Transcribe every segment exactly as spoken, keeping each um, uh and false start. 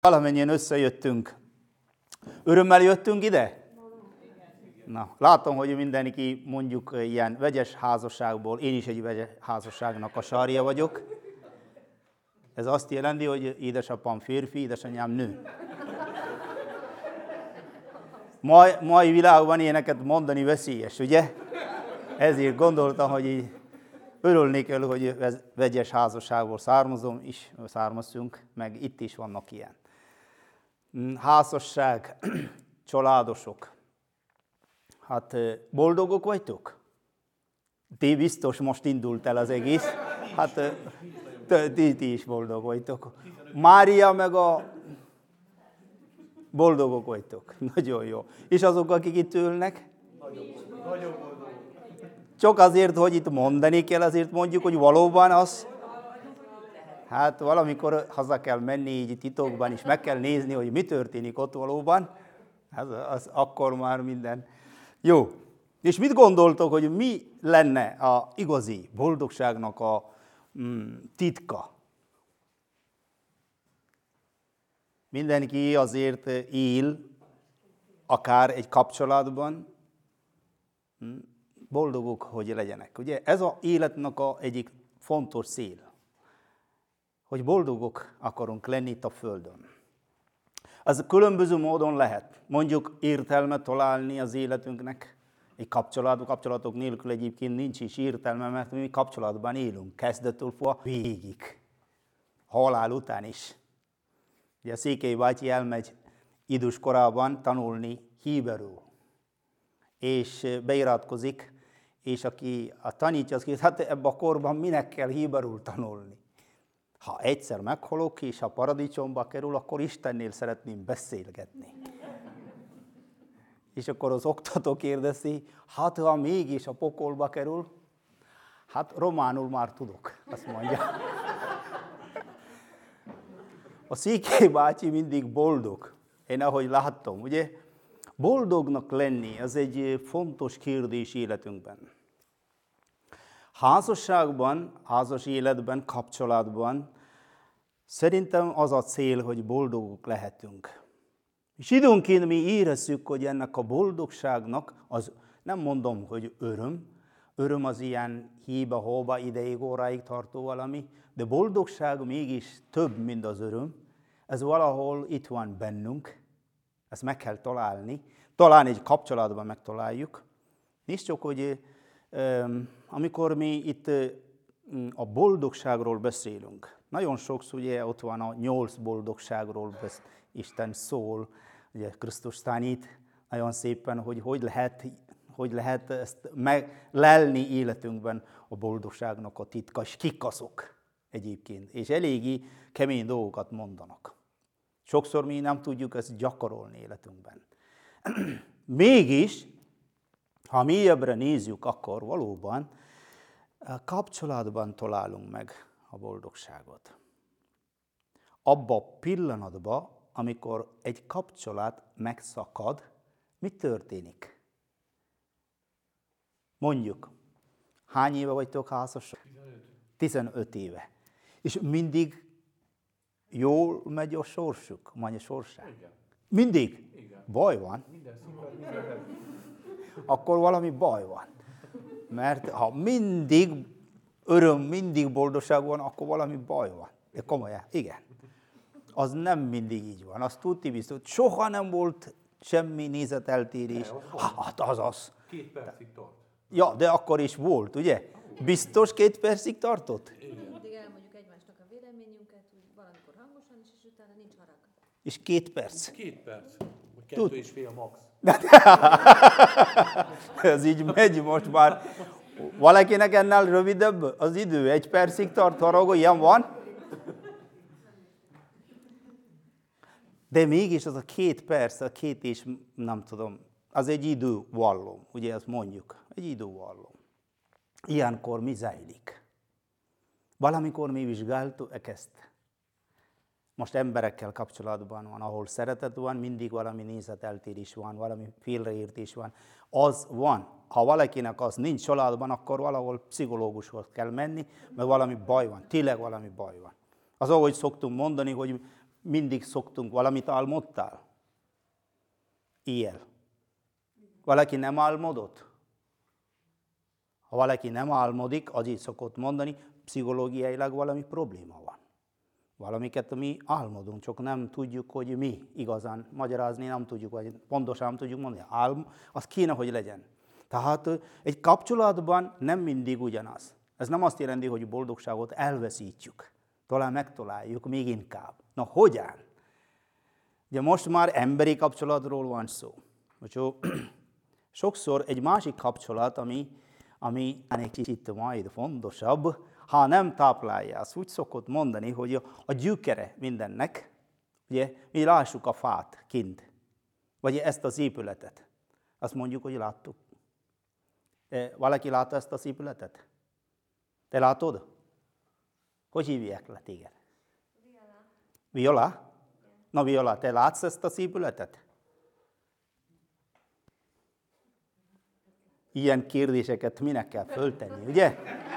Valamennyien összejöttünk. Örömmel jöttünk ide? Na, látom, hogy mindenki mondjuk ilyen vegyes házasságból, én is egy vegyes házasságnak a sarja vagyok. Ez azt jelenti, hogy édesapám férfi, édesanyám nő. Mai, mai világban ilyeneket mondani veszélyes, ugye? Ezért gondoltam, hogy így örülnék el, hogy vegyes házasságból származom, is származunk, meg itt is vannak ilyen. Házasság, családosok. Hát boldogok vagytok? Ti biztos most indult el az egész. Hát ti, ti is boldog vagytok. Mária meg a boldogok vagytok. Nagyon jó. És azok, akik itt ülnek? Nagyon boldogok. Csak azért, hogy itt mondani kell, azért mondjuk, hogy valóban az. Hát valamikor haza kell menni így titokban, és meg kell nézni, hogy mi történik ott valóban. Az, az akkor már minden. Jó. És mit gondoltok, hogy mi lenne a igazi boldogságnak a mm, titka? Mindenki azért él, akár egy kapcsolatban, boldogok, hogy legyenek. Ugye ez az életnek a egyik fontos cél, hogy boldogok akarunk lenni itt a Földön. Az különböző módon lehet. Mondjuk értelmet találni az életünknek. Egy kapcsolat, kapcsolatok nélkül egyébként nincs is értelme, mert mi kapcsolatban élünk. Kezdettől fogva végig. Halál után is. Ugye Székely bácsi elmegy idős korában tanulni héberül. És beiratkozik, és aki a tanítja, az kérdezi, hát ebben a korban minek kell héberül tanulni? Ha egyszer meghalok, és ha paradicsomba kerül, akkor Istennél szeretném beszélgetni. És akkor az oktató kérdezi, hát ha mégis a pokolba kerül, hát románul már tudok, azt mondja. A Székely bácsi mindig boldog. Én ahogy láttam, ugye? Boldognak lenni, az egy fontos kérdés életünkben. Házasságban, házas életben, kapcsolatban szerintem az a cél, hogy boldogok lehetünk. És időnként mi érezzük, hogy ennek a boldogságnak, az nem mondom, hogy öröm, öröm az ilyen hiba-hóba, ideig, óráig tartó valami, de boldogság mégis több, mint az öröm. Ez valahol itt van bennünk, ezt meg kell találni. Talán egy kapcsolatban megtaláljuk. Nincs csak, hogy amikor mi itt a boldogságról beszélünk, nagyon sokszor ugye ott van a nyolc boldogságról Isten szól, ugye Krisztus tanít nagyon szépen, hogy hogy lehet, hogy lehet ezt meglelni életünkben a boldogságnak a titka, és kik azok egyébként. És eléggé kemény dolgokat mondanak. Sokszor mi nem tudjuk ezt gyakorolni életünkben. Mégis, ha mélyebbre nézzük, akkor valóban kapcsolatban találunk meg a boldogságot. Abba a pillanatban, amikor egy kapcsolat megszakad, mi történik? Mondjuk, hány éve vagytok házasok? tizenöt éve. És mindig jól megy a sorsuk, megy a sorság? Igen. Mindig? Igen. Baj van? Minden szuper, minden. Akkor valami baj van. Mert ha mindig öröm, mindig boldogság van, akkor valami baj van. De komolyan, igen. Az nem mindig így van. Azt tudti biztos, hogy soha nem volt semmi nézeteltérés. Hát az az. Két percig tart. Ja, de akkor is volt, ugye? Biztos két percig tartott? Mindig elmondjuk egymásnak a véleményünket, valamikor hangosan is, és utána nincs harag. És két perc? Két perc. Kettő Tud. és fél max. Ez így megy most már. Valakinek ennél rövidebb az idő? Egy percig tart harag, ilyen van? De mégis az a két perc, a két és nem tudom, az egy idővallom, ugye ezt mondjuk, egy idővallom. Ilyenkor mi zajlik? Valamikor mi vizsgáltuk ezt. Most emberekkel kapcsolatban van, ahol szeretet van, mindig valami nézeteltérés van, valami félreértés van. Az van. Ha valakinek az nincs családban, akkor valahol pszichológushoz kell menni, mert valami baj van, tényleg valami baj van. Az, ahogy szoktunk mondani, hogy mindig szoktunk, valamit álmodtál? Éjjel. Valaki nem álmodott? Ha valaki nem álmodik, az így szokott mondani, pszichológiailag valami probléma van. Valamiket mi álmodunk, csak nem tudjuk, hogy mi igazán magyarázni, nem tudjuk, vagy pontosan nem tudjuk mondani. Álm, az kéne, hogy legyen. Tehát egy kapcsolatban nem mindig ugyanaz. Ez nem azt jelenti, hogy boldogságot elveszítjük. Talán megtaláljuk még inkább. Na, hogyan? Ugye most már emberi kapcsolatról van szó. Sokszor egy másik kapcsolat, ami, ami egy kicsit majd fontosabb, ha nem táplálja, azt úgy szokott mondani, hogy a gyökere mindennek, ugye, mi lássuk a fát kint, vagy ezt az épületet. Azt mondjuk, hogy láttuk. Valaki látta ezt az épületet? Te látod? Hogy hívják le téged? Viola. Viola? Na Viola, te látsz ezt az épületet? Ilyen kérdéseket minek kell föltenni, ugye?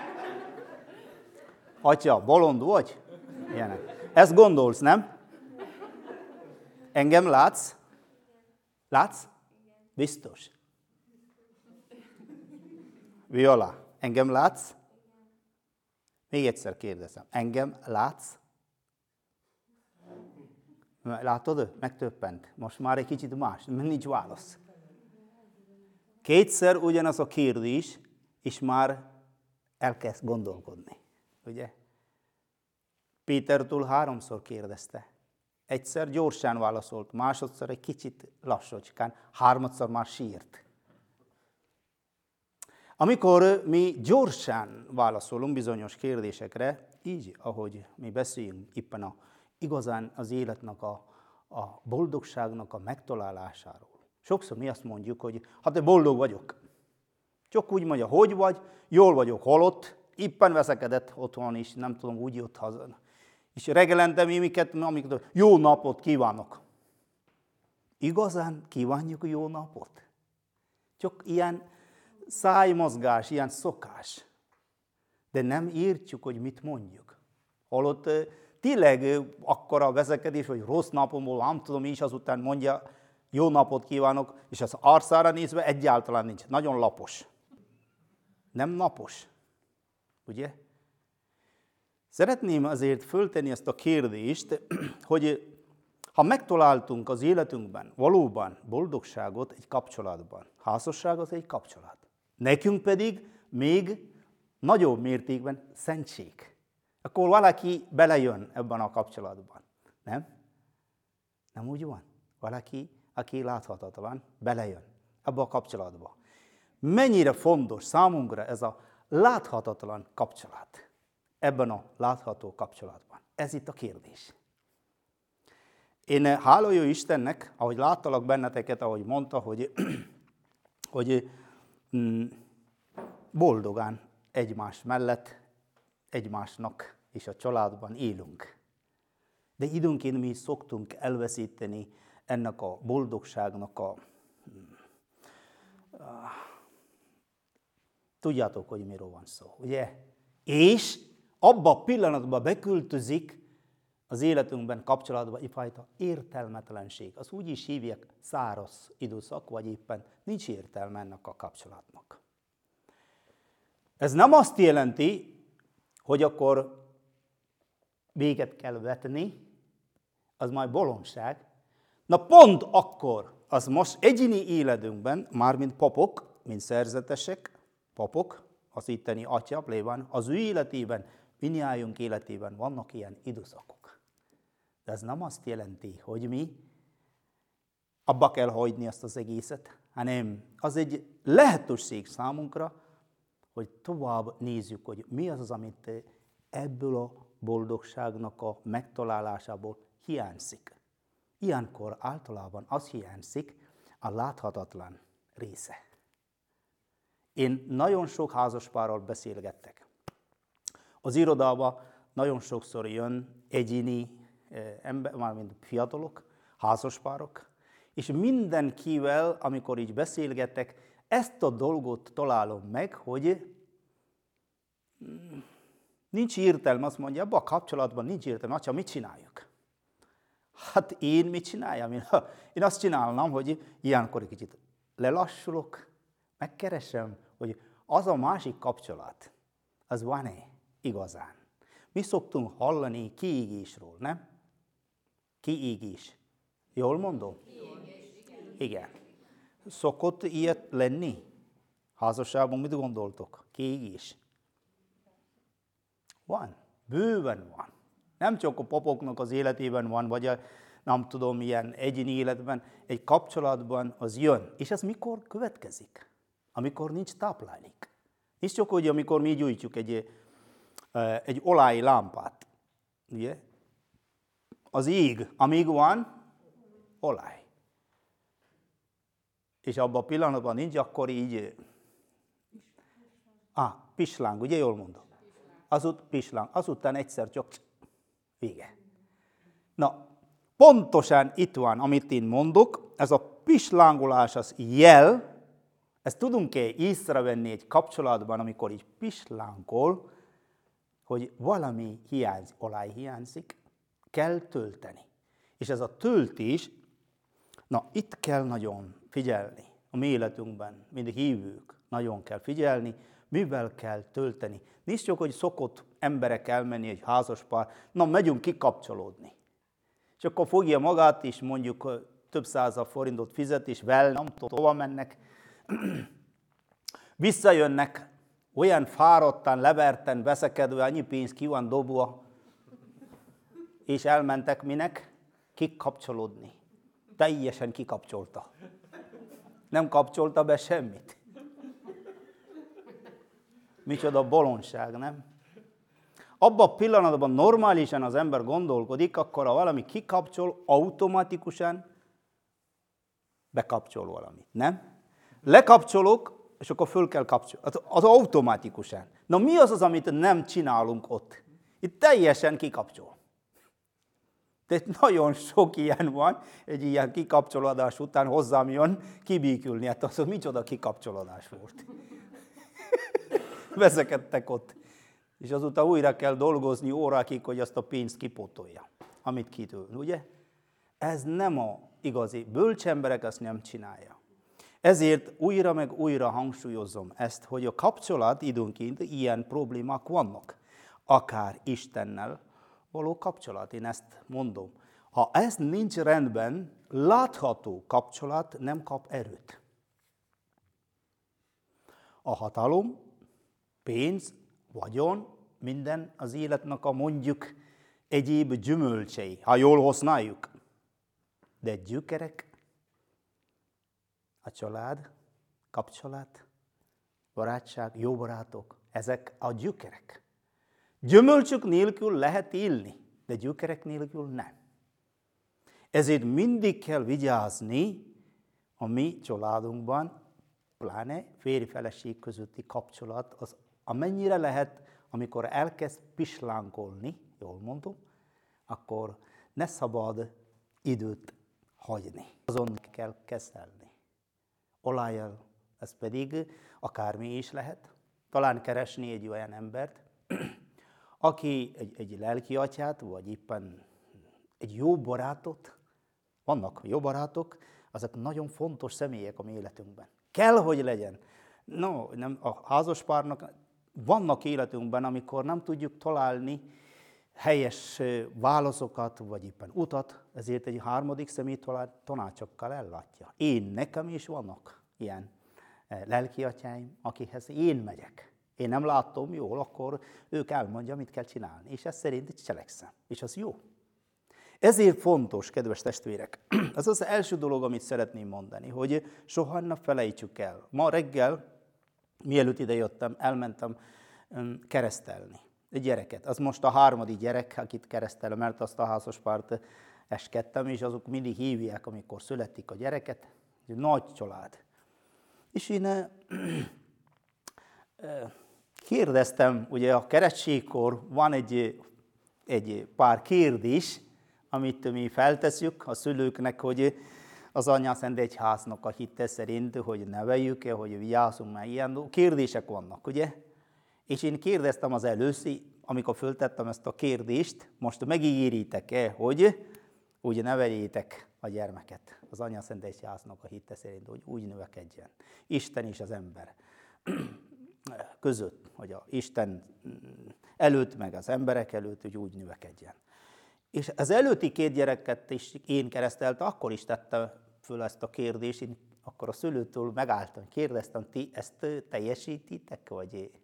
Atya, bolond vagy? Ilyenek. Ezt gondolsz, nem? Engem látsz? Látsz? Biztos. Viola, engem látsz? Még egyszer kérdezem. Engem látsz? Látod? Megtöbbent. Most már egy kicsit más, nincs válasz. Kétszer ugyanaz a kérdés, és már elkezd gondolkodni. Ugye? Pétertől háromszor kérdezte. Egyszer gyorsan válaszolt, másodszor egy kicsit lassacskán, harmadszor már sírt. Amikor mi gyorsan válaszolunk bizonyos kérdésekre, így, ahogy mi beszéljünk éppen a, igazán az életnek, a, a boldogságnak a megtalálásáról. Sokszor mi azt mondjuk, hogy hát én boldog vagyok. Csak úgy mondja, hogy vagy, jól vagyok, holott, éppen veszekedett otthon is, nem tudom, úgy jött haza. És reggelente mi miket, amiket, jó napot kívánok. Igazán kívánjuk jó napot? Csak ilyen szájmozgás, ilyen szokás. De nem értjük, hogy mit mondjuk. Holott tényleg akkora veszekedés, hogy rossz napomból, nem tudom, és azután mondja, jó napot kívánok, és az arcára nézve egyáltalán nincs. Nagyon lapos. Nem napos. Ugye? Szeretném azért föltenni ezt a kérdést, hogy ha megtaláltunk az életünkben valóban boldogságot egy kapcsolatban, házasság az egy kapcsolat. Nekünk pedig még nagyobb mértékben szentség. Akkor valaki belejön ebben a kapcsolatban. Nem? Nem úgy van? Valaki, aki láthatatlan, belejön ebbe a kapcsolatba. Mennyire fontos számunkra ez a láthatatlan kapcsolat. Ebben a látható kapcsolatban. Ez itt a kérdés. Én hála jó Istennek, ahogy láttalak benneteket, ahogy mondta, hogy, hogy mm, boldogan egymás mellett, egymásnak és a családban élünk. De időnként mi szoktunk elveszíteni ennek a boldogságnak a... a tudjátok, hogy miről van szó, ugye? És abba a pillanatban beköltözik az életünkben kapcsolatban egyfajta értelmetlenség. Az úgy is hívják száraz időszak, vagy éppen nincs értelme ennek a kapcsolatnak. Ez nem azt jelenti, hogy akkor véget kell vetni, az majd bolondság. Na pont akkor, az most egyéni életünkben, mármint papok, mint szerzetesek, papok, az itteni atya, plébán, az ő életében, mindnyájunk életében vannak ilyen időszakok. De ez nem azt jelenti, hogy mi abba kell hagyni ezt az egészet, hanem az egy lehetőség számunkra, hogy tovább nézzük, hogy mi az az, amit ebből a boldogságnak a megtalálásából hiányzik. Ilyenkor általában az hiányzik a láthatatlan része. Én nagyon sok házaspárral beszélgettek. Az irodában nagyon sokszor jön egyéni ember, mármint fiatalok, házaspárok, és mindenkivel, amikor így beszélgetek, ezt a dolgot találom meg, hogy nincs értelme, azt mondja, abban a kapcsolatban nincs értelme, csak mit csináljuk? Hát én mit csináljam? Én azt csinálnám, hogy ilyenkor egy kicsit lelassulok, megkeresem, hogy az a másik kapcsolat, az van-e igazán. Mi szoktunk hallani kiégésről, nem? Kiégés. Jól mondom? Kiégés, igen. Igen. Szokott ilyet lenni? Házasságban mit gondoltok? Kiégés. Van. Bőven van. Nem csak a papoknak az életében van, vagy a, nem tudom, milyen egyéni életben, egy kapcsolatban az jön. És ez mikor következik? Amikor nincs táplálék. És csak úgy, amikor mi gyújtjuk egy, egy olajlámpát. Ugye? Az ég, amíg van olaj. És abban a pillanatban nincs, akkor így... Ah, pisláng, ugye jól mondom? Azut, pisláng. Azután egyszer csak vége. Na, pontosan itt van, amit én mondok, ez a pislángolás az jel, ezt tudunk-e észrevenni egy kapcsolatban, amikor így pislángol, hogy valami hiányzik, olaj hiányzik, kell tölteni. És ez a töltés, na itt kell nagyon figyelni a mi életünkben, mind hívők, nagyon kell figyelni, mivel kell tölteni. Nincs csak, hogy szokott emberek elmenni egy házaspár, na megyünk kikapcsolódni. És akkor fogja magát, és mondjuk több százazer forintot fizet, és vel, nem tudom, hova mennek. Visszajönnek, olyan fáradtan, leverten, veszekedve, annyi pénz ki van dobva, és elmentek minek? Kikapcsolódni. Teljesen kikapcsolta. Nem kapcsolta be semmit. Micsoda bolondság, nem? Abban a pillanatban normálisan az ember gondolkodik, akkor ha valami kikapcsol, automatikusan bekapcsol valamit, nem? Lekapcsolok, és akkor föl kell kapcsolni. Az automatikusan. Na mi az az, amit nem csinálunk ott? Itt teljesen kikapcsol. Tehát nagyon sok ilyen van, egy ilyen kikapcsolódás után hozzám jön kibékülni. Hát az, micsoda kikapcsolódás volt. Veszekedtek ott. És azután újra kell dolgozni órákig, hogy azt a pénzt kipótolja, amit kitől, ugye? Ez nem a igazi. Bölcsemberek ezt nem csinálja. Ezért újra meg újra hangsúlyozom ezt, hogy a kapcsolat időnként ilyen problémák vannak. Akár Istennel való kapcsolat, én ezt mondom. Ha ez nincs rendben, látható kapcsolat nem kap erőt. A hatalom, pénz, vagyon, minden az életnek a mondjuk egyéb gyümölcsei, ha jól használjuk. De gyökerek, a család, kapcsolat, barátság, jó barátok, ezek a gyökerek. Gyümölcsök nélkül lehet élni, de gyökerek nélkül nem. Ezért mindig kell vigyázni a mi családunkban, pláne férj-feleség közötti kapcsolat, az amennyire lehet, amikor elkezd pislángolni, jól mondom, akkor ne szabad időt hagyni. Azon kell kezelni. Olajjal, ez pedig akármi is lehet. Talán keresni egy olyan embert, aki egy, egy lelki atyát, vagy éppen egy jó barátot, vannak jó barátok, azok nagyon fontos személyek a mi életünkben. Kell, hogy legyen. No, nem, a házaspárnak vannak életünkben, amikor nem tudjuk találni helyes válaszokat, vagy éppen utat, ezért egy harmadik személy tanácsokkal ellátja. Én, nekem is vannak ilyen lelki atyáim, akihez én megyek. Én nem látom jól, akkor ők elmondja, mit kell csinálni. És ez szerint cselekszem. És az jó. Ezért fontos, kedves testvérek, ez az első dolog, amit szeretném mondani, hogy soha ne felejtsük el. Ma reggel, mielőtt ide jöttem, elmentem keresztelni egy gyereket. Az most a harmadik gyerek, akit keresztelem, mert azt a házaspárt eskedtem, és azok mindig hívják, amikor születik a gyereket. Egy nagy család. És én kérdeztem, ugye a keresztségkor van egy, egy pár kérdés, amit mi feltesszük a szülőknek, hogy az Anyja Szent Egyháznak a hitte szerint, hogy neveljük-e, hogy vigyázzunk, már ilyen kérdések vannak, ugye? És én kérdeztem az először, amikor föltettem ezt a kérdést, most megígéritek-e, hogy úgy neveljétek a gyermeket az Anya Szent Egyháznak a hitte szerint, hogy úgy növekedjen. Isten és az ember között, hogy a Isten előtt, meg az emberek előtt, hogy úgy növekedjen. És az előtti két gyereket is én keresztelte, akkor is tette föl ezt a kérdést, én akkor a szülőtől megálltam, kérdeztem, ti ezt teljesítitek, vagy én?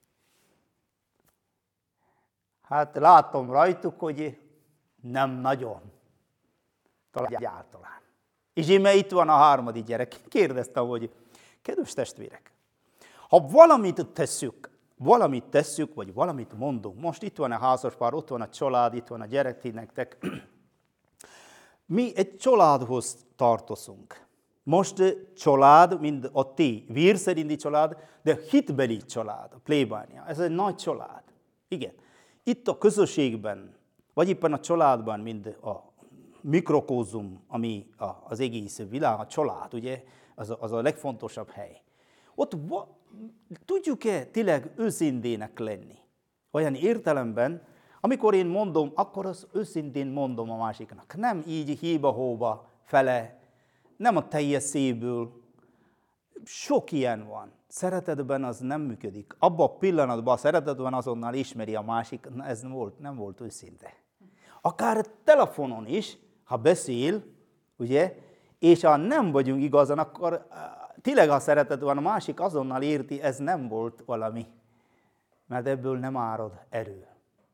Hát látom rajtuk, hogy nem nagyon. Talán egyáltalán. És íme itt van a harmadik gyerek. Kérdeztem, hogy kedves testvérek, ha valamit tesszük, valamit tesszük, vagy valamit mondunk, most itt van a házaspár, ott van a család, itt van a gyerek, ti nektek, mi egy családhoz tartozunk. Most család, mind a ti, vír szerinti család, de hitbeli család, a plébánia. Ez egy nagy család. Igen. Itt a közösségben, vagy éppen a családban, mind a mikrokózum, ami az egész világ, a család, ugye, az a, az a legfontosabb hely. Ott tudjuk-e tényleg őszintének lenni? Olyan értelemben, amikor én mondom, akkor az őszintén mondom a másiknak. Nem így hiba-hóba fele, nem a teljes szívből. Sok ilyen van. Szeretetben az nem működik. Abban a pillanatban a szeretetben azonnal ismeri a másik, ez nem volt, nem volt őszinte. Akár telefonon is, ha beszél, ugye, és ha nem vagyunk igazán, akkor tényleg a szeretet van, a másik azonnal érti, ez nem volt valami. Mert ebből nem árad erő.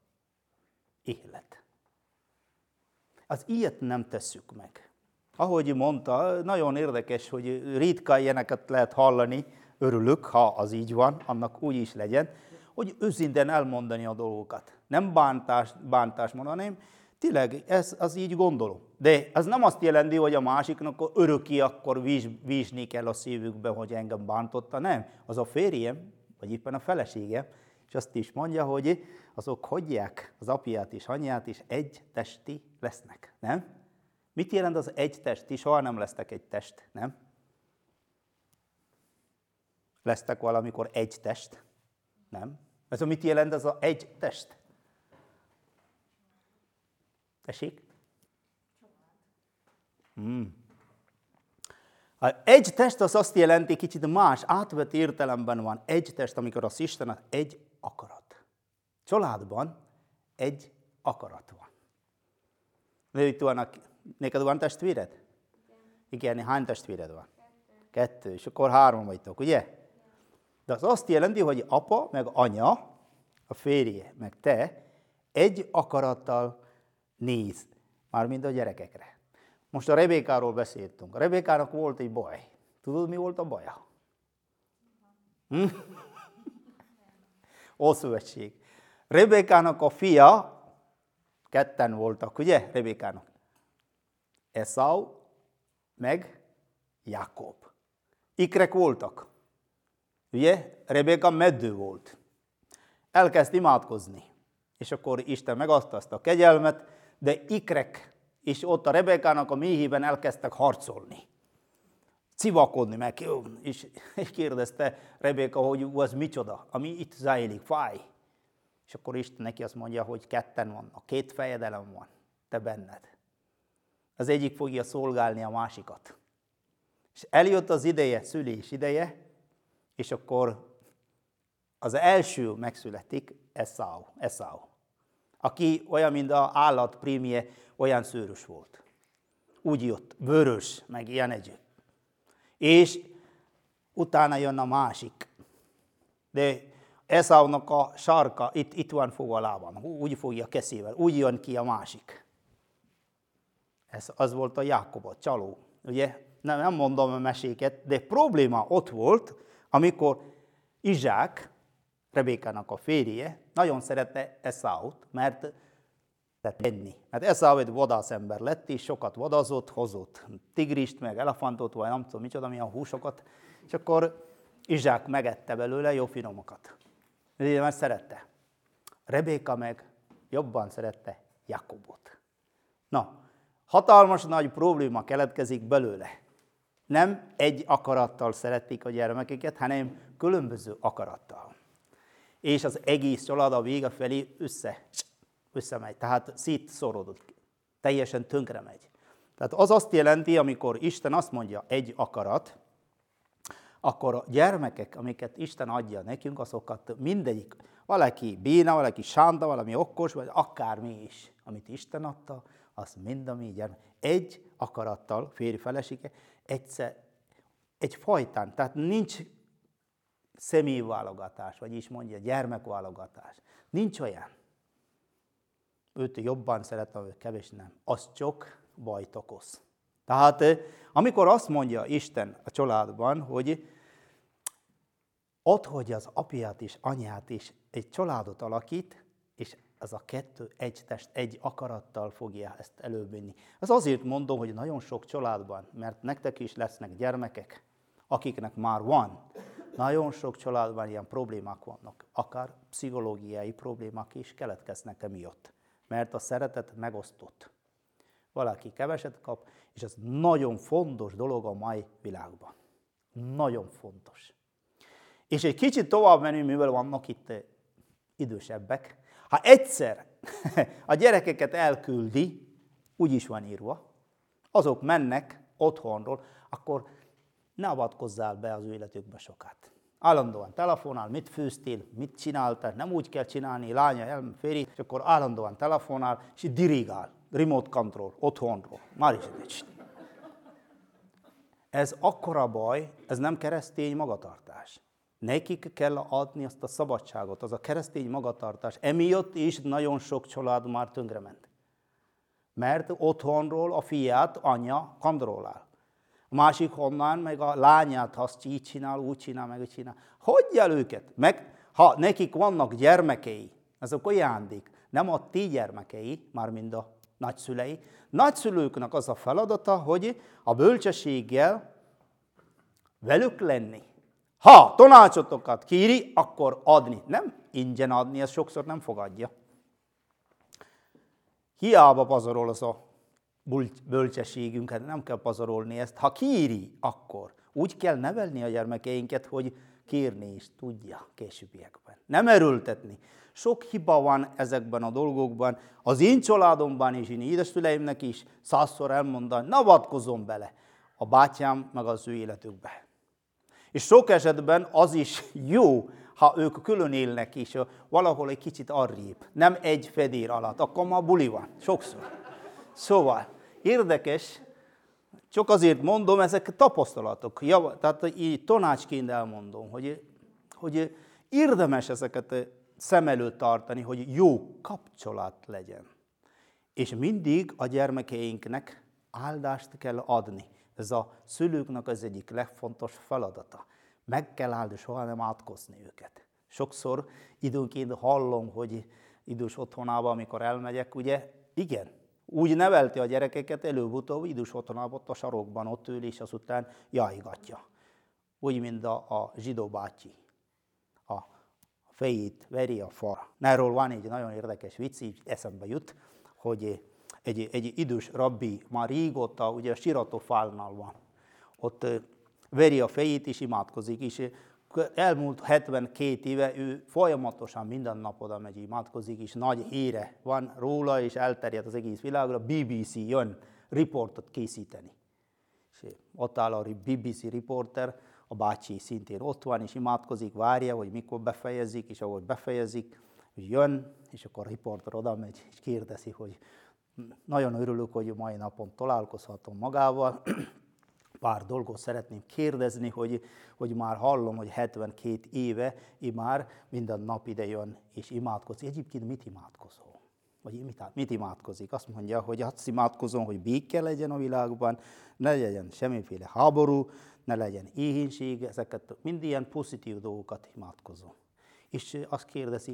Élet. Az ilyet nem tesszük meg. Ahogy mondta, nagyon érdekes, hogy ritka ilyeneket lehet hallani, örülök, ha az így van, annak úgy is legyen, hogy őszintén elmondani a dolgokat. Nem bántás, bántás mondanám, tényleg ez, az így gondolom. De ez nem azt jelenti, hogy a másiknak öröki akkor víz, vízni kell a szívükbe, hogy engem bántotta, nem. Az a férjem, vagy éppen a feleségem, és azt is mondja, hogy azok hagyják az apját és anyját, és egy testi lesznek, nem? Mit jelent az egy test? Ti soha nem lesztek egy test, nem? Lesztek valamikor egy test, nem? Ez mit jelent ez az egy test? Tessék? Hmm. Egy test az azt jelenti, kicsit más, átvett értelemben van. Egy test, amikor az Isten az egy akarat. Családban egy akarat van. De itt vannak, neked van testvéred? Igen. Igen, hány testvéred van? Kettő. Kettő, és akkor három vagytok, ugye? De az azt jelenti, hogy apa, meg anya, a férje, meg te egy akarattal néz, mármint a gyerekekre. Most a Rebékáról beszéltünk. A Rebékának volt egy baj. Tudod, mi volt a baja? Hm? Ószövetség. Rebékának a fia, ketten voltak, ugye, Rebékának? Esau, meg Jákob. Ikrek voltak. Ugye? Rebéka meddő volt. Elkezd imádkozni. És akkor Isten megadta azt a kegyelmet, de ikrek, és ott a Rebékának a méhében elkezdtek harcolni. Civakodni meg, és kérdezte Rebéka, hogy az micsoda, ami itt zajlik, fáj. És akkor Isten neki azt mondja, hogy ketten vannak, két fejedelem van, te benned. Az egyik fogja szolgálni a másikat. És eljött az ideje, szülés ideje, és akkor az első megszületik Esau, Esau, aki olyan, mint az állat prémie, olyan szőrös volt. Úgy jött, vörös, meg ilyen együtt. És utána jön a másik. De Esaunak a sarka itt, itt van fogva a lábán, úgy fogja kezével, úgy jön ki a másik. Ez az volt a Jákobot, csaló. Ugye? Nem, nem mondom a meséket, de probléma ott volt, amikor Izsák, Rebékának a férje, nagyon szerette Esaut, mert enni. Mert Esau egy vadászember lett, és sokat vadázott, hozott tigrist, meg elefantot, vagy nem tudom micsoda, milyen húsokat, és akkor Izsák megette belőle jó finomokat. Mert szerette. Rebéka meg jobban szerette Jakobot. Na, hatalmas nagy probléma keletkezik belőle. Nem egy akarattal szeretik a gyermekeket, hanem különböző akarattal. És az egész család a vége felé össze, összemegy, tehát szétszorodik. Teljesen tönkre megy. Tehát az azt jelenti, amikor Isten azt mondja, egy akarat, akkor a gyermekek, amiket Isten adja nekünk, azokat mindegyik, valaki béna, valaki sánta, valami okos, vagy akármi is, amit Isten adta, az mind a mi gyermek. Egy akarattal, férj felesége, egyszer, egy fajtán, tehát nincs személyválogatás, vagyis mondja gyermekválogatás. Nincs olyan. Őt jobban szeretem, ő kevés nem. Az csak bajt okoz. Tehát amikor azt mondja Isten a családban, hogy ott, hogy az apját és anyát is egy családot alakít, és ez a kettő egy test, egy akarattal fogja ezt elővinni. Ez azért mondom, hogy nagyon sok családban, mert nektek is lesznek gyermekek, akiknek már van, nagyon sok családban ilyen problémák vannak, akár pszichológiai problémák is keletkeznek emiatt, mert a szeretet megosztott. Valaki keveset kap, és ez nagyon fontos dolog a mai világban. Nagyon fontos. És egy kicsit tovább menő, mivel vannak itt idősebbek, ha egyszer a gyerekeket elküldi, úgy is van írva, azok mennek otthonról, akkor ne avatkozzál be az ő életükbe sokat. Állandóan telefonál, mit főztél, mit csináltál, nem úgy kell csinálni, lánya elféri, és akkor állandóan telefonál, és dirigál, remote control, otthonról, már is egy. Ez akkora baj, ez nem keresztény magatartás. Nekik kell adni azt a szabadságot, az a keresztény magatartás. Emiatt is nagyon sok család már tönkrement. Mert otthonról a fiát anya kontrollál. A másik honnan meg a lányát, ha azt így csinál, úgy csinál, meg úgy csinál. Hagyjál őket. Meg ha nekik vannak gyermekei, azok ajándék, nem a ti gyermekei, mármint a nagyszülei. Nagyszülőknek az a feladata, hogy a bölcsességgel velük lenni. Ha tanácsotokat kéri, akkor adni. Nem ingyen adni, ezt sokszor nem fogadja. Hiába pazarol az a bölcsességünket, nem kell pazarolni ezt. Ha kéri, akkor úgy kell nevelni a gyermekeinket, hogy kérni is tudja későbbiekben. Nem erőltetni. Sok hiba van ezekben a dolgokban. Az én családomban és én édesszüleimnek is százszor elmondani, ne avatkozzon bele a bátyám meg az ő életükbe. És sok esetben az is jó, ha ők külön élnek is, valahol egy kicsit arrébb, nem egy fedél alatt, akkor már buli van, sokszor. Szóval, érdekes, csak azért mondom, ezek tapasztalatok, ja, tehát így tanácsként elmondom, hogy, hogy érdemes ezeket szem előtt tartani, hogy jó kapcsolat legyen. És mindig a gyermekeinknek áldást kell adni. Ez a szülőknek az egyik legfontos feladata. Meg kell állni, soha nem átkozni őket. Sokszor időnként hallom, hogy idős otthonában, amikor elmegyek, ugye, igen, úgy nevelti a gyerekeket, előbb-utóbb idős otthonában, ott a sarokban ott ül, és azután jajgatja. Úgy, mint a, a zsidó bácsi. A fejét veri a falra. Erről van egy nagyon érdekes vicc, így eszembe jut, hogy Egy, egy idős rabbi már régóta, ugye a Siratofálnál van. Ott veri a fejét és imádkozik, és elmúlt hetvenkét éve ő folyamatosan minden nap oda megy, imádkozik, és nagy híre van róla, és elterjedt az egész világra. bé bé cé jön riportot készíteni. És ott áll a bé bé cé riporter, a bácsi szintén ott van, és imádkozik, várja, hogy mikor befejezik, és ahogy befejezik, jön, és akkor a riporter oda megy, és kérdezi, hogy nagyon örülök, hogy mai napon találkozhatom magával. Pár dolgot szeretném kérdezni, hogy, hogy már hallom, hogy hetvenkét éve én már minden nap ide jön és imádkozik. Egyébként mit imádkozol? Vagy mit, mit imádkozik? Azt mondja, hogy azt imádkozom, hogy béke legyen a világban, ne legyen semmiféle háború, ne legyen éhínség, ezeket mind ilyen pozitív dolgokat imádkozom. És azt kérdezi,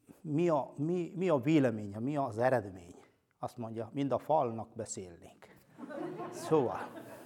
mi a, mi, mi a véleménye, mi az eredmény? Azt mondja, mind a falnak beszélnénk. Szóval,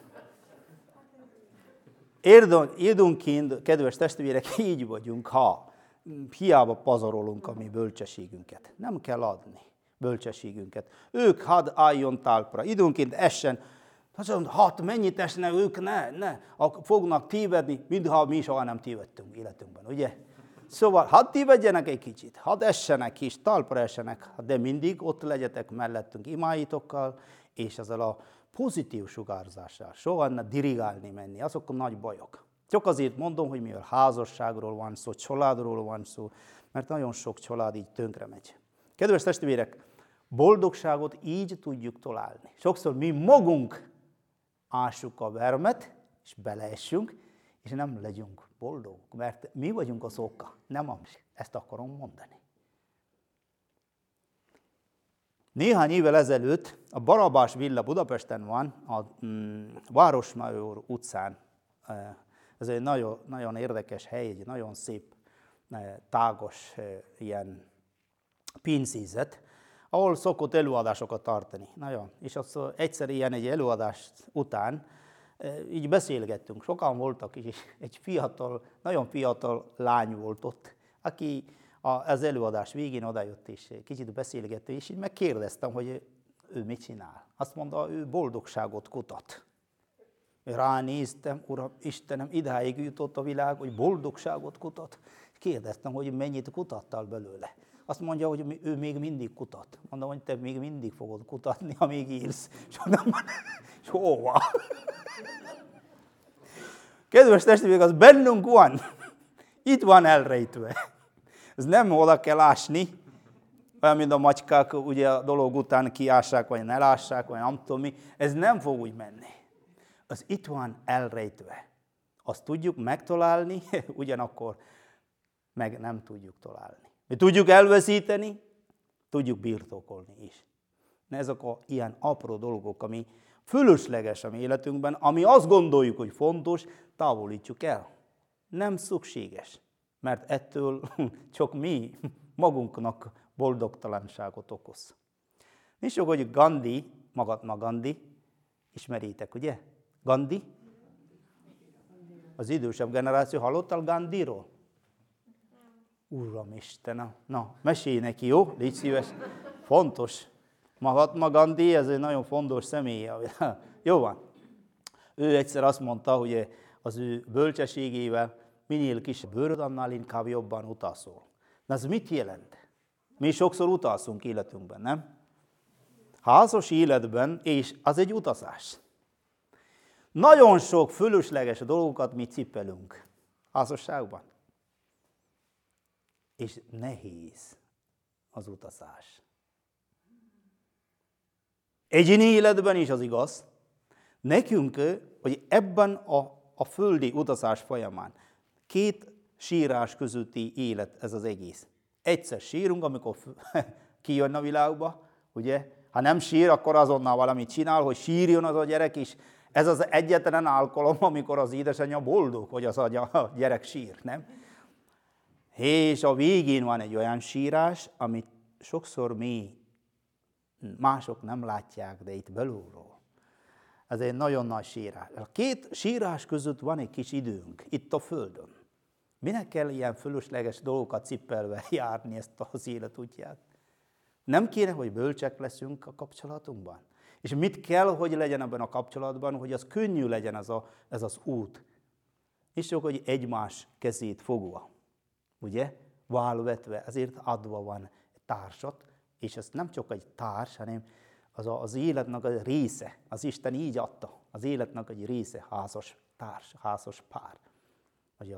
érdonként, kedves testvérek, így vagyunk, ha hiába pazarolunk a mi bölcsességünket. Nem kell adni bölcsességünket. Ők hadd álljon talpra. Időnként essen, hát mennyit esne ők, ne, ne, fognak tévedni, mintha mi soha nem tévedtünk életünkben, ugye? Szóval, hadd tévedjenek egy kicsit, hadd essenek kis, talpra essenek, de mindig ott legyetek mellettünk imáitokkal, és ezzel a pozitív sugárzással. Soha ne dirigálni menni, azok a nagy bajok. Csak azért mondom, hogy mivel házasságról van szó, családról van szó, mert nagyon sok család így tönkre megy. Kedves testvérek, boldogságot így tudjuk találni. Sokszor mi magunk ássuk a vermet, és beleessünk, és nem legyünk boldogok, mert mi vagyunk az oka, nem a mi. Ezt akarom mondani. Néhány évvel ezelőtt a Barabás villa Budapesten van, a mm, Városmajor utcán. Ez egy nagyon, nagyon érdekes hely, egy nagyon szép, tágos ilyen pincézet, ahol szokott előadásokat tartani. Nagyon. És az egyszer ilyen egy előadás után így beszélgettünk. Sokan voltak, és egy fiatal, nagyon fiatal lány volt ott, aki az előadás végén odajött, és kicsit beszélgettünk, és így megkérdeztem, hogy ő mit csinál. Azt mondta, ő boldogságot kutat. Ránéztem, Uram, Istenem, idáig jutott a világ, hogy boldogságot kutat. Kérdeztem, hogy mennyit kutattál belőle. Azt mondja, hogy ő még mindig kutat. Mondom, hogy te még mindig fogod kutatni, amíg élsz. És mondom, és hova? Kedves testvérek, az bennünk van. Itt van elrejtve. Ez nem oda kell ásni, olyan, mint a macskák ugye a dolog után kiássák, vagy ne lássák, vagy nem tudom mi. Ez nem fog úgy menni. Az itt van elrejtve. Azt tudjuk megtalálni, ugyanakkor meg nem tudjuk találni. Mi tudjuk elveszíteni, tudjuk birtokolni is. Ezek a ilyen apró dolgok, ami fölösleges a mi életünkben, ami azt gondoljuk, hogy fontos, távolítsuk el. Nem szükséges, mert ettől csak mi magunknak boldogtalanságot okoz. Nézzük, hogy Gandhi, Mahatma Gandhi, ismeritek, ugye? Gandhi? Az idősebb generáció hallottál Gandhiról? Uram Istenem, na, mesélj neki, jó? Légy szíves. Fontos. Mahatma Gandhi, ez egy nagyon fontos személy. Jó van. Ő egyszer azt mondta, hogy az ő bölcsességével minél kisebb bőröd, annál inkább jobban utazol. Na ez mit jelent? Mi sokszor utazunk életünkben, nem? Házas életben, és az egy utazás. Nagyon sok fölösleges dolgokat mi cipelünk házasságban. És nehéz az utazás. Egyéni életben is az igaz. Nekünk, hogy ebben a, a földi utazás folyamán két sírás közötti élet ez az egész. Egyszer sírunk, amikor kijön a világba, ugye? Ha nem sír, akkor azonnal valamit csinál, hogy sírjon az a gyerek is. Ez az egyetlen alkalom, amikor az édesanyja boldog, hogy az a gyerek sír, nem? És a végén van egy olyan sírás, amit sokszor mi mások nem látják, de itt belülről. Ez egy nagyon nagy sírás. A két sírás között van egy kis időnk, itt a Földön. Minek kell ilyen fölösleges dolgokat cipelve járni ezt az életútját? Nem kéne, hogy bölcsek leszünk a kapcsolatunkban? És mit kell, hogy legyen ebben a kapcsolatban, hogy az könnyű legyen ez, a, ez az út? És csak, hogy egymás kezét fogva, ugye? Válvetve, ezért adva van társat, és ez nem csak egy társ, hanem az a, az életnek a része. Az Isten így adta, az életnek egy része, házas társ, házas pár. Ugye?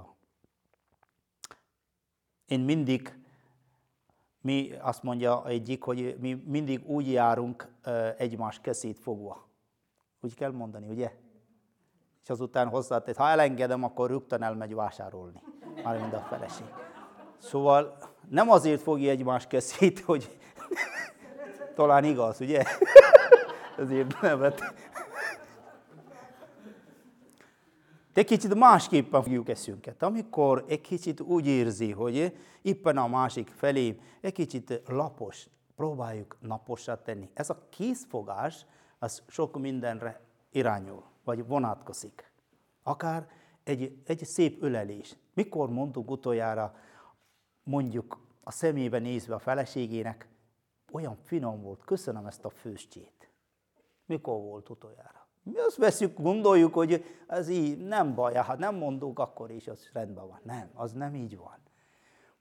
Én mindig, mi azt mondja egyik, hogy mi mindig úgy járunk egymás kezét fogva. Úgy kell mondani, ugye? És azután hozzátett, ha elengedem, akkor rögtön elmegy vásárolni. Mármint a feleség. Szóval nem azért fogja egymás kezét, hogy talán igaz, ugye? Ezért nevet. De kicsit másképpen fogjuk eszünket. Amikor egy kicsit úgy érzi, hogy éppen a másik felé egy kicsit lapos, próbáljuk naposat tenni. Ez a készfogás, az sok mindenre irányul, vagy vonatkozik. Akár egy, egy szép ölelés. Mikor mondtuk utoljára, mondjuk a szemébe nézve a feleségének, olyan finom volt, köszönöm ezt a főztjét. Mikor volt utoljára? Mi azt veszük, gondoljuk, hogy ez így nem baj, ha nem mondunk, akkor is az rendben van. Nem, az nem így van.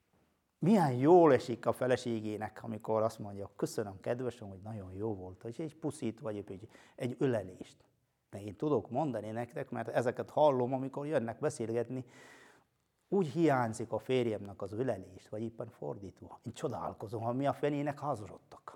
milyen jól esik a feleségének, amikor azt mondja, köszönöm kedvesem, hogy nagyon jó volt, és egy puszit, vagy egy, egy ölelést. De én tudok mondani nektek, mert ezeket hallom, amikor jönnek beszélgetni, úgy hiányzik a férjemnek az ölelést, vagy éppen fordítva. Én csodálkozom, ha mi a fenének házasodtak.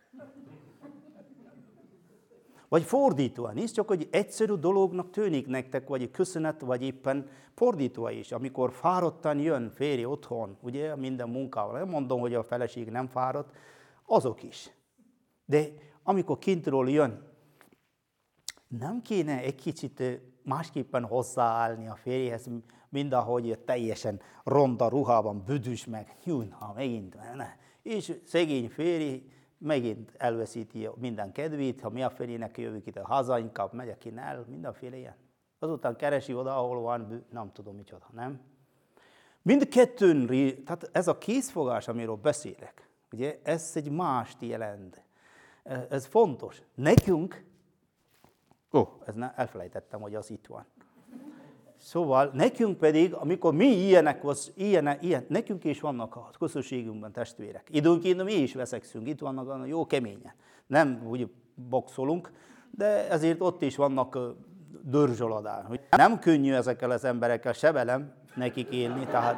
Vagy fordítva, nincs csak, hogy egyszerű dolognak tűnik nektek, vagy köszönet, vagy éppen fordítva is. Amikor fáradtan jön férj otthon, ugye, minden munkával, nem mondom, hogy a feleség nem fáradt, azok is. De amikor kintről jön, nem kéne egy kicsit másképpen hozzáállni a férjhez, mint ahogy teljesen ronda ruhában, büdös meg, nyújna, megint, ne. És szegény férj megint elveszíti minden kedvét, ha mi a férjének jövök itt a hazainkat, megyek én el, mindenféle ilyen. Azután keresi oda, ahol van, nem tudom micsoda, nem? Mindkettőn, tehát ez a készfogás, amiről beszélek, ugye, ez egy mást jelent. Ez fontos. Nekünk, ó, oh, ez ne, elfelejtettem, hogy az itt van. Szóval nekünk pedig, amikor mi ilyenek, ilyen, ilyen, nekünk is vannak a közösségünkben testvérek. Időnként mi is veszekszünk, itt vannak jó keményen. Nem úgy boxolunk, de ezért ott is vannak dörzsoladán. Nem könnyű ezekkel az emberekkel, se velem nekik élni, tehát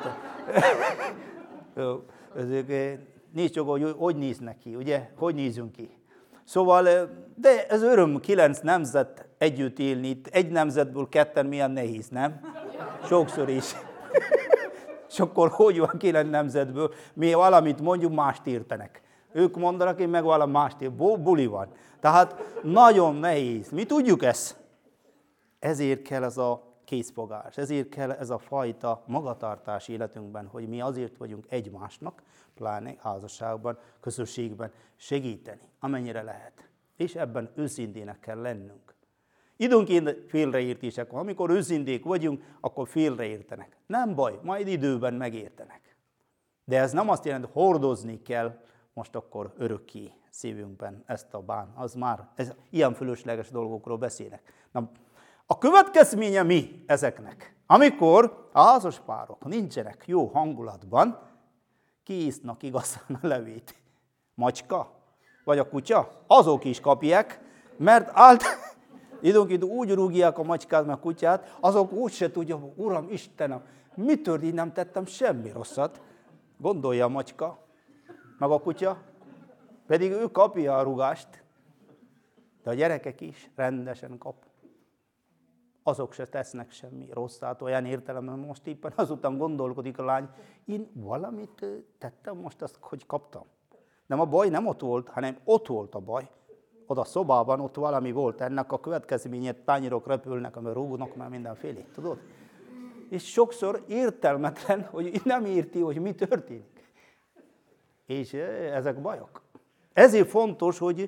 nézd csak, hogy hogy néznek ki, ugye, hogy nézünk ki. Szóval, de ez öröm, kilenc nemzet együtt élni, itt egy nemzetből ketten milyen nehéz, nem? Sokszor is. És akkor hogy van kilenc nemzetből, mi valamit mondjuk, mást értenek. Ők mondanak, én meg valami mást értenek, buli van. Tehát nagyon nehéz. Mi tudjuk ezt. Ezért kell ez a készfogás, ezért kell ez a fajta magatartás életünkben, hogy mi azért vagyunk egymásnak, pláne házasságban, közösségben segíteni, amennyire lehet. És ebben őszintének kell lennünk. Időnként félreértések van. Amikor őszinték vagyunk, akkor félreértenek. Nem baj, majd időben megértenek. De ez nem azt jelenti, hogy hordozni kell most akkor örökké szívünkben ezt a bán. Az már, ez, ilyen fölösleges dolgokról beszélek. Na, a következménye mi ezeknek? Amikor a házaspárok nincsenek jó hangulatban, kiisznak igazán a levét. Macska? Vagy a kutya? Azok is kapják, mert állt, időnként úgy rúgják a macskát, meg a kutyát, azok úgy se tudja, Uram, Istenem, mitől így nem tettem semmi rosszat? Gondolja a macska, meg a kutya, pedig ő kapja a rúgást, de a gyerekek is rendesen kap. Azok se tesznek semmi rosszát, olyan értelemben most éppen azután gondolkodik a lány, én valamit tettem most azt, hogy kaptam. Nem a baj nem ott volt, hanem ott volt a baj. Oda a szobában ott valami volt, ennek a következményét tányérok repülnek, amely rúgnak már mindenfélét, tudod? És sokszor értelmetlen, hogy nem érti, hogy mi történik. És ezek bajok. Ezért fontos, hogy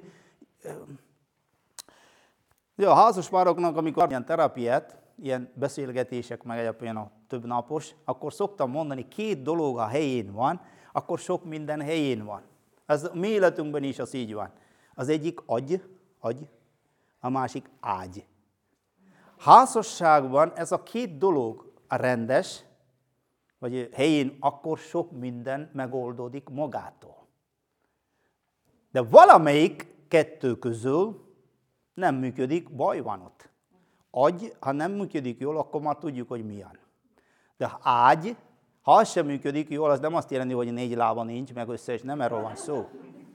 a házaspároknak, amikor ilyen terápiát, ilyen beszélgetések, meg egyébként a több napos, akkor szoktam mondani, két dolog a helyén van, akkor sok minden helyén van. Ez a mi életünkben is az így van. Az egyik agy, agy, a másik ágy. Házasságban ez a két dolog a rendes, vagy helyén, akkor sok minden megoldódik magától. De valamelyik kettő közül nem működik, baj van ott. Agy, ha nem működik jól, akkor már tudjuk, hogy milyen. De ágy, ha az sem működik jól, az nem azt jelenti, hogy négy lába nincs, meg össze, és nem erről van szó.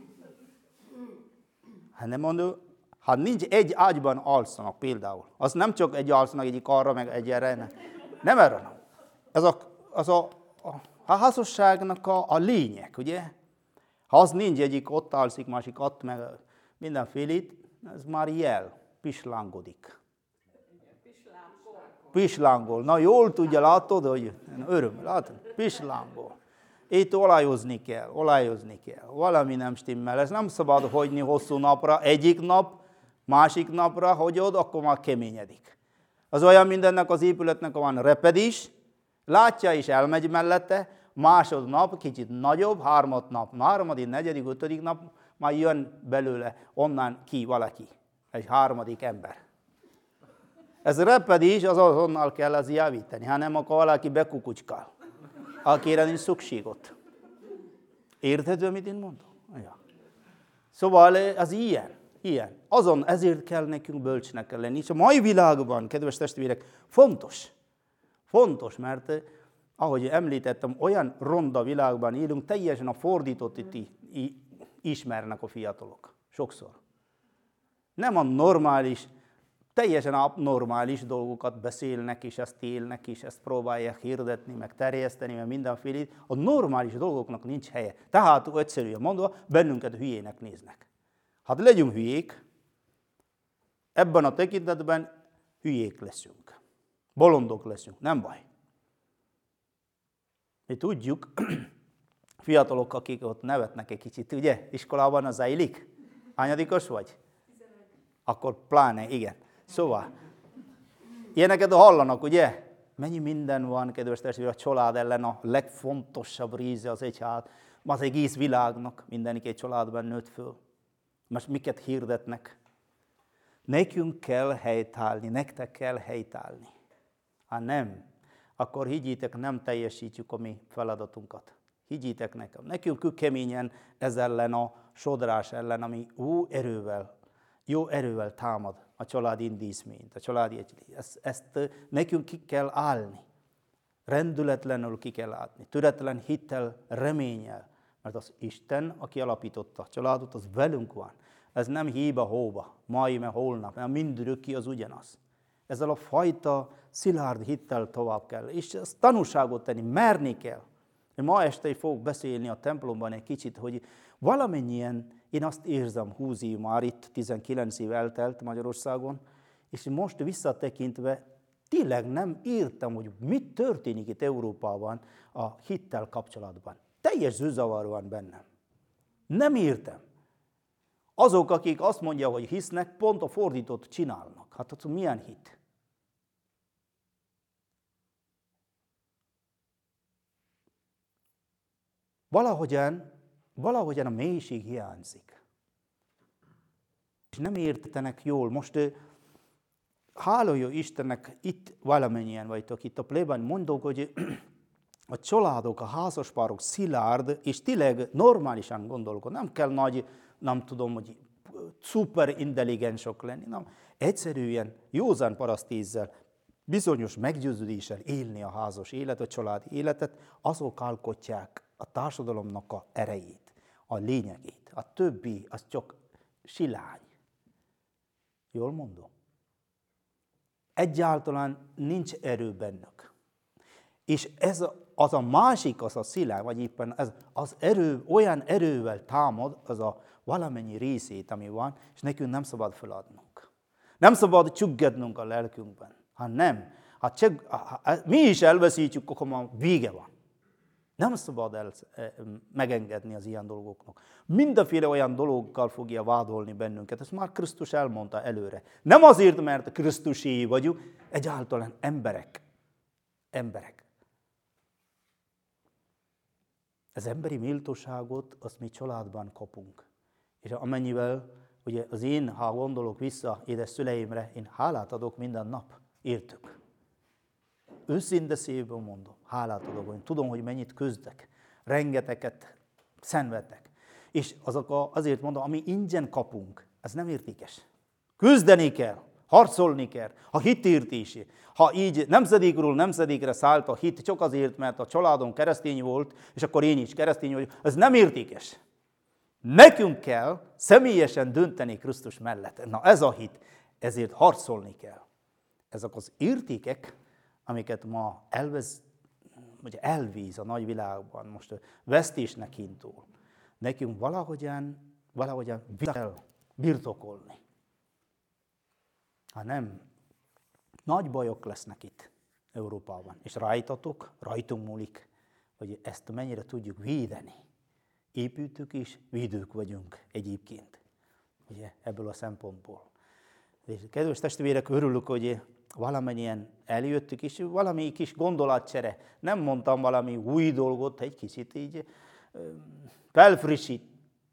Hanem mondom, ha nincs egy ágyban alszanak például, az nem csak egy alszanak, egyik arra, meg egy erre, nem erről. Ez a, az a, a, a házasságnak a, a lényeg, ugye? Ha az nincs, egyik ott alszik, másik ott, meg mindenfélét, ez már jel, pislángodik. Pislángol. Na jól tudja, látod, hogy öröm, látod? Pislángol. Itt olajozni kell, olajozni kell. Valami nem stimmel. Ez nem szabad hagyni hosszú napra. Egyik nap, másik napra hagyod, akkor már keményedik. Az olyan mindennek az épületnek van repedés, látja és elmegy mellette, másodnap kicsit nagyobb, harmadnap, harmadik, negyedik, ötödik nap, már jön belőle onnan ki valaki, egy harmadik ember. Ez repedés, az azonnal kell az javítani, hanem akkor valaki bekukucskál, akire nincs szükségot. Érted, amit én mondom? Ja. Szóval az ilyen, ilyen. Azon ezért kell nekünk bölcsnek kell lenni. És a mai világban, kedves testvérek, fontos. Fontos, mert ahogy említettem, olyan ronda világban élünk, teljesen a fordítottit ismernek a fiatalok. Sokszor. Nem a normális, teljesen abnormális dolgokat beszélnek, és ezt élnek, és ezt próbálják hirdetni, meg terjeszteni, meg mindenféle. A normális dolgoknak nincs helye. Tehát egyszerűen mondva, bennünket hülyének néznek. Hát legyünk hülyék, ebben a tekintetben hülyék leszünk. Bolondok leszünk, nem baj. Mi tudjuk, fiatalok, akik ott nevetnek egy kicsit, ugye? Iskolában az zajlik? Hányadikos vagy? Akkor pláne, igen. Szóval, ilyeneket hallanak, ugye? Mennyi minden van, kedves testvérek, a család ellen a legfontosabb része az egyház, az egész világnak, mindenki egy családban nőtt föl. Most miket hirdetnek? Nekünk kell helytállni, nektek kell helytállni. Ha nem, akkor higgyétek, nem teljesítjük a mi feladatunkat. Higgyétek nekem. Nekünk keményen ez ellen a sodrás ellen, ami jó erővel, jó erővel támad a családi intézményt, a családi együtt. Ezt, ezt nekünk ki kell állni. Rendületlenül ki kell állni. Türetlen hittel, reménnyel. Mert az Isten, aki alapította a családot, az velünk van. Ez nem hiba-hóba, mai, meg holnap, mert mindörökké az ugyanaz. Ezzel a fajta szilárd hittel tovább kell. És ezt tanúságot tenni, merni kell. Én ma este fogok beszélni a templomban egy kicsit, hogy valamennyien, én azt érzem, húsz év már itt, tizenkilenc év eltelt Magyarországon, és most visszatekintve tényleg nem értem, hogy mit történik itt Európában a hittel kapcsolatban. Teljes zűrzavar van bennem. Nem értem. Azok, akik azt mondják, hogy hisznek, pont a fordítót csinálnak. Hát az milyen hit? Valahogyan, valahogyan a mélység hiányzik. És nem értenek jól. Most hála jó Istennek, itt valamennyien vagytok, itt a plében mondok, hogy a családok, a házaspárok szilárd, és tényleg normálisan gondolkodnak. Nem kell nagy, nem tudom, hogy szuper intelligensok lenni, nem. Egyszerűen józan parasztézzel, bizonyos meggyőződéssel élni a házas életet, a családi életet, azok alkotják a társadalomnak a erejét, a lényegét. A többi, az csak silány. Jól mondom? Egyáltalán nincs erő bennük. És ez az a másik, az a szilány, vagy éppen ez, az erő, olyan erővel támad, az a valamennyi részét, ami van, és nekünk nem szabad feladnunk. Nem szabad csüggednünk a lelkünkben. Ha nem, ha, cseg, ha mi is elveszítjük, akkor már vége van. Nem szabad el, megengedni az ilyen dolgoknak. Mindenféle olyan dolgokkal fogja vádolni bennünket. Ezt már Krisztus elmondta előre. Nem azért, mert Krisztuséi vagyunk, egyáltalán emberek. Emberek. Az emberi méltóságot azt mi családban kapunk. És amennyivel, ugye az én, ha gondolok vissza édes szüleimre, én hálát adok minden nap. Értük. Őszinte szívből mondom, hálát adok, én tudom, hogy mennyit küzdek, rengeteget szenvedek. És azok a, azért mondom, ami ingyen kapunk, ez nem értékes. Küzdeni kell, harcolni kell, a hitértésé. Ha így nemzedékről nemzedékre szállt a hit, csak azért, mert a családom keresztény volt, és akkor én is keresztény vagyok, ez nem értékes. Nekünk kell személyesen dönteni Krisztus mellett. Na ez a hit, ezért harcolni kell. Ezek az értékek, amiket ma elvez, vagy elvíz a nagy világban, most vesztésnek indul. Nekünk valahogyan, valahogyan kell birtokolni. Ha nem, nagy bajok lesznek itt Európában. És rajtatok, rajtunk múlik, hogy ezt mennyire tudjuk védeni. Építők és védők vagyunk egyébként, ugye, ebből a szempontból. És kedves testvérek, örülök, hogy valamennyien eljöttük, és valami kis gondolatcsere. Nem mondtam valami új dolgot, egy kicsit így felfrissít,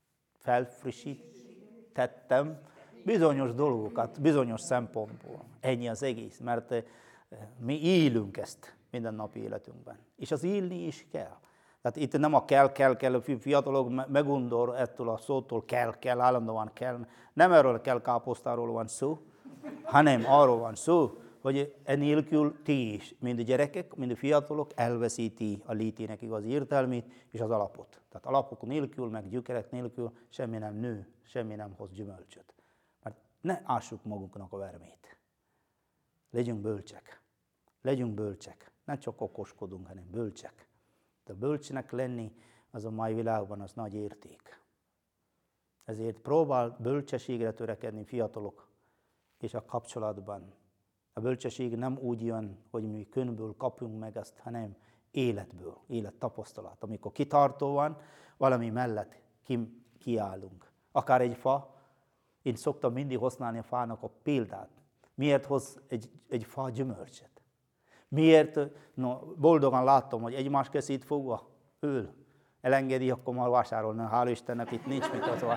felfrissítettem bizonyos dolgokat, bizonyos szempontból. Ennyi az egész, mert mi élünk ezt minden napi életünkben. És az élni is kell. Tehát itt nem a kell, kell, kell, a fiatalok megundor ettől a szótól kell, kell, állandóan kell. Nem erről kell káposztáról van szó, hanem arról van szó, hogy enélkül ti is, mind a gyerekek, mind a fiatalok elveszíti a létének igaz értelmét és az alapot. Tehát alapok nélkül, meg gyökerek nélkül semmi nem nő, semmi nem hoz gyümölcsöt. Mert ne ássuk magunknak a vermét. Legyünk bölcsek. Legyünk bölcsek. Ne csak okoskodunk, hanem bölcsek. De bölcsnek lenni az a mai világban az nagy érték. Ezért próbál bölcsességre törekedni fiatalok és a kapcsolatban. A bölcsesség nem úgy jön, hogy mi könyvből kapunk meg ezt, hanem életből, élettapasztalat. Amikor kitartó van, valami mellett ki, kiállunk. Akár egy fa, én szoktam mindig használni a fának a példát. Miért hoz egy, egy fa gyümölcset? Miért? No, boldogan láttam, hogy egymás kezét fogva ül. Elengedi, akkor már vásárolni. Hála Istennek, itt nincs mit az.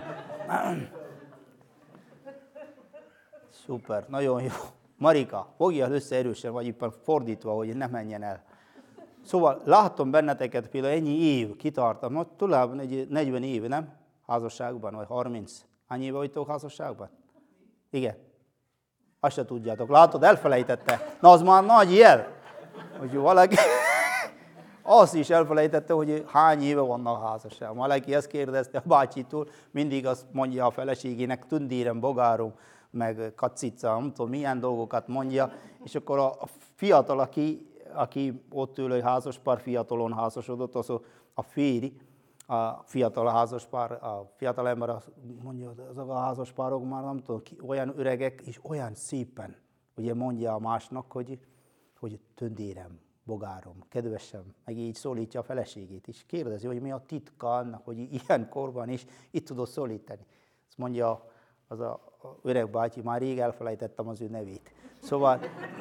Szuper, nagyon jó. Marika, fogjál össze erősen, vagy éppen fordítva, hogy ne menjen el. Szóval láttam benneteket például ennyi év kitartam, most tulajdonképpen egy negyven év, nem? Házasságban, vagy harminc. Annyi éve vagytok házasságban? Igen. Azt se tudjátok. Látod, elfelejtette. Na, az már nagy jel. Hogy valaki azt is elfelejtette, hogy hány éve vannak házasságban. Valaki ezt kérdezte a bácsitól, mindig azt mondja a feleségének, tündérem, bogárom, meg kacica, nem tudom, milyen dolgokat mondja, és akkor a fiatal, aki, aki ott ül, hogy házaspár fiatalon házasodott, az a férj, a fiatal házaspár, a fiatal ember azt mondja, azok a házaspárok már nem tudom, olyan öregek, és olyan szépen, ugye mondja a másnak, hogy, hogy tündérem, bogárom, kedvesem, meg így szólítja a feleségét, és kérdezi, hogy mi a titka annak, hogy ilyen korban is itt tudod szólítani. Azt mondja az a öreg bácsi, már rég elfelejtettem az ő nevét. Szóval...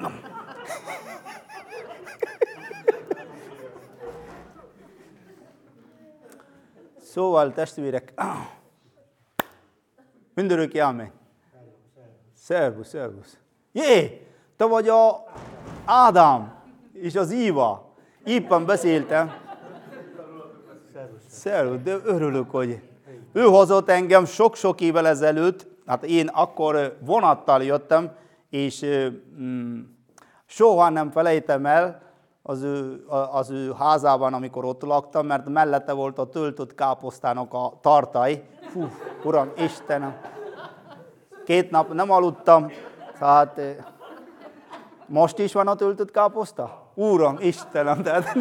Szóval, testvérek, mindörökké amen. Szervusz, szervusz. Jé, te vagy a Ádám és az Íva. Éppen beszéltem. Szervusz, de örülök, hogy ő hozott engem sok-sok évvel ezelőtt. Hát én akkor vonattal jöttem, és mm, soha nem felejtem el az ő, az ő házában, amikor ott laktam, mert mellette volt a töltött káposztának a tartály. Fú, Uram, Istenem! Két nap nem aludtam, tehát most is van a töltött káposzta? Uram, Istenem! Tehát,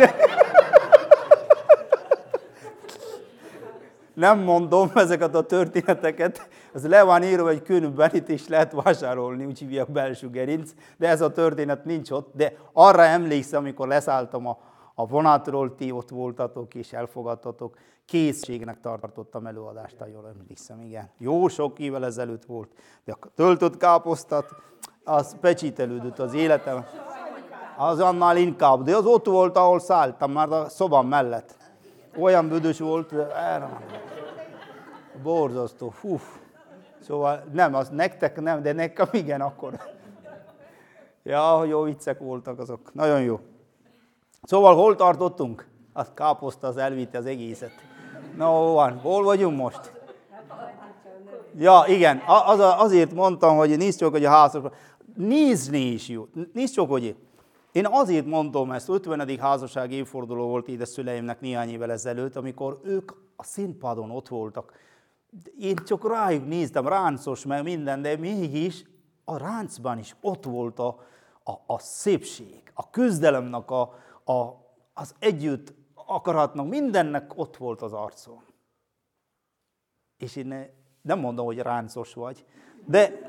nem mondom ezeket a történeteket, ez le van írva egy könyvben, itt is lehet vásárolni, úgy hívják belső gerinc, de ez a történet nincs ott, de arra emlékszem, amikor leszálltam a, a vonatról, ti ott voltatok és elfogadtatok, készségnek tartottam előadást, ha jól emlékszem, igen. Jó sok évvel ezelőtt volt, de a töltött káposztat, az pecsítelődött az életem, az annál inkább, de az ott volt, ahol szálltam, már a szobám mellett. Olyan büdös volt, borzasztó, hú. Szóval nem, az nektek nem, de nekem igen akkor. Ja, jó viccek voltak azok, nagyon jó. Szóval hol tartottunk? A káposzta az elvitte az egészet. No, van, hol vagyunk most? Ja, igen, az, azért mondtam, hogy nézd csak, hogy a házasban, nézni is jó, nézd csak, hogy én azért mondom ezt, ötvenedik házasság évforduló volt édeszüleimnek néhány évvel ezelőtt, amikor ők a színpadon ott voltak. Én csak rájuk néztem, ráncos meg minden, de mégis a ráncban is ott volt a, a, a szépség, a küzdelemnek, a, a, az együtt akaratnak, mindennek ott volt az arcon. És én nem mondom, hogy ráncos vagy, de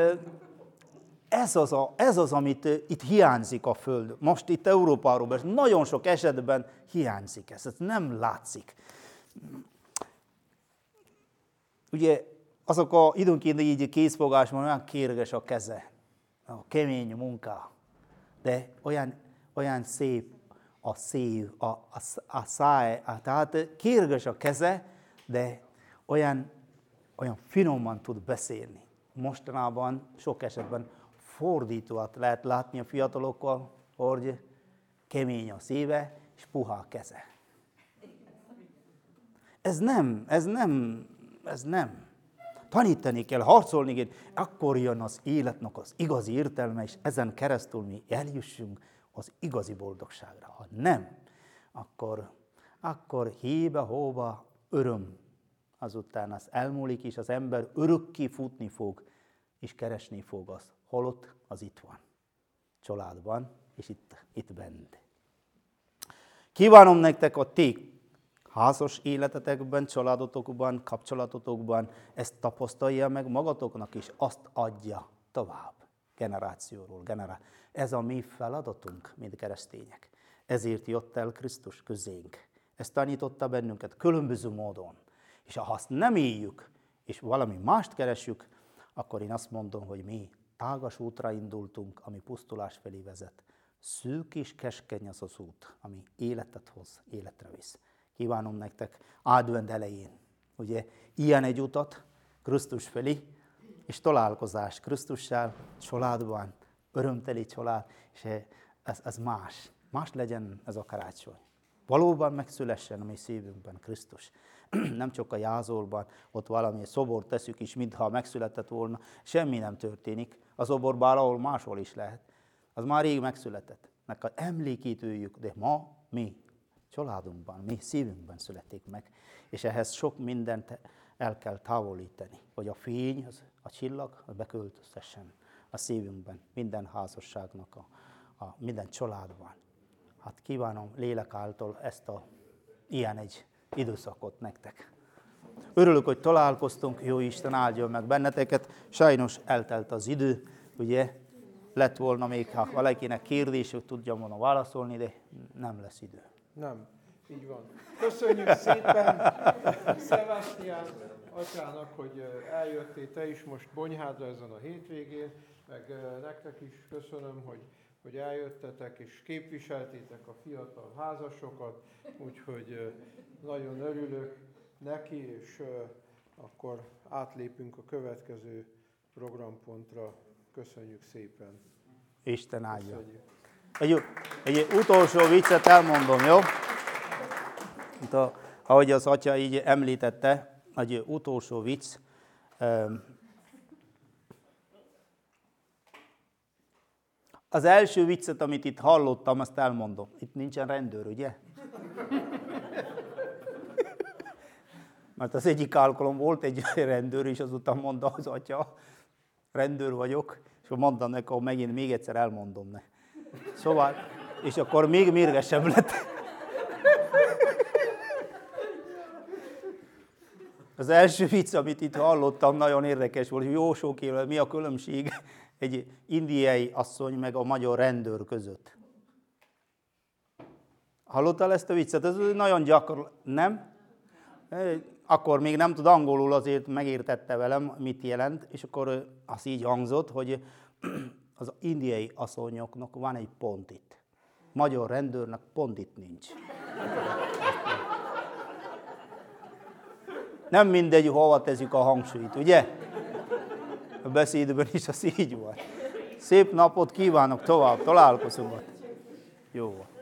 ez az, a, ez az, amit itt hiányzik a Föld. Most itt Európáról, és nagyon sok esetben hiányzik ez, ez nem látszik. Ugye azok a időnként így készfogásban olyan kérges a keze, a kemény munka, de olyan, olyan szép a szív, a, a, a száj, a, tehát kérges a keze, de olyan, olyan finoman tud beszélni. Mostanában sok esetben fordítóat lehet látni a fiatalokkal, hogy kemény a szíve és puha a keze. Ez nem, ez nem, ez nem. Tanítani kell, harcolni kell, akkor jön az életnek az igazi értelme, és ezen keresztül mi eljussunk az igazi boldogságra. Ha nem, akkor, akkor hébe-hóba öröm. Azután az elmúlik, és az ember örökké futni fog, és keresni fog azt. Holott az itt van. Családban, és itt, itt bent. Kívánom nektek a ti házas életetekben, családotokban, kapcsolatotokban, ezt tapasztalja meg magatoknak, és azt adja tovább, generációról generációra. Ez a mi feladatunk, mint keresztények. Ezért jött el Krisztus közénk. Ezt tanította bennünket különböző módon. És ha azt nem éljük, és valami mást keresjük, akkor én azt mondom, hogy mi tágas útra indultunk, ami pusztulás felé vezet. Szűk és keskeny az az út, ami életet hoz, életre visz. Kívánom nektek advent elején, ugye, ilyen egy utat Krisztus felé, és találkozás Krisztussal, családban, örömteli család, és ez, ez más. Más legyen ez a karácsony. Valóban megszülessen a mi szívünkben Krisztus. Nem csak a jázorban, ott valami szobort teszük is, mintha megszületett volna, semmi nem történik. A szobor bárhol máshol is lehet. Az már rég megszületett. Nek emlékét öljük, de ma mi családunkban, mi szívünkben születik meg. És ehhez sok mindent el kell távolítani, hogy a fény, a csillag beköltöztessen a szívünkben, minden házasságnak, a, a minden családban. Hát kívánom lélek által ezt a ilyen egy időszakot nektek. Örülök, hogy találkoztunk, jó Isten áldjon meg benneteket. Sajnos eltelt az idő, ugye, lett volna még, ha valakinek kérdésük tudja volna válaszolni, de nem lesz idő. Nem, így van. Köszönjük szépen Sebastian atyának, hogy eljöttél te is most Bonyhádra ezen a hétvégén, meg nektek is köszönöm, hogy, hogy eljöttetek és képviseltétek a fiatal házasokat, úgyhogy nagyon örülök neki, és akkor átlépünk a következő programpontra. Köszönjük szépen. Isten áldja. Egy, egy utolsó viccet elmondom, jó? De, ahogy az atya így említette, egy utolsó vicc. Az első viccet, amit itt hallottam, azt elmondom. Itt nincsen rendőr, ugye? Mert az egyik alkalom volt egy rendőr, és azután mondta az atya, rendőr vagyok, és mondtam neki, hogy megint még egyszer elmondom ne. Szóval, és akkor még mérgesebb lett. Az első vicc, amit itt hallottam, nagyon érdekes volt, jó sok éve, mi a különbség egy indiai asszony meg a magyar rendőr között. Hallottál ezt a viccet? Ez nagyon gyakran, nem? Akkor még nem tud angolul, azért megértette velem, mit jelent, és akkor az így hangzott, hogy az indiai asszonyoknak van egy pont itt. Magyar rendőrnek pont itt nincs. Nem mindegy, hova tesszük a hangsúlyt, ugye? A beszédben is az így van. Szép napot kívánok, tovább találkozunk. Jó van.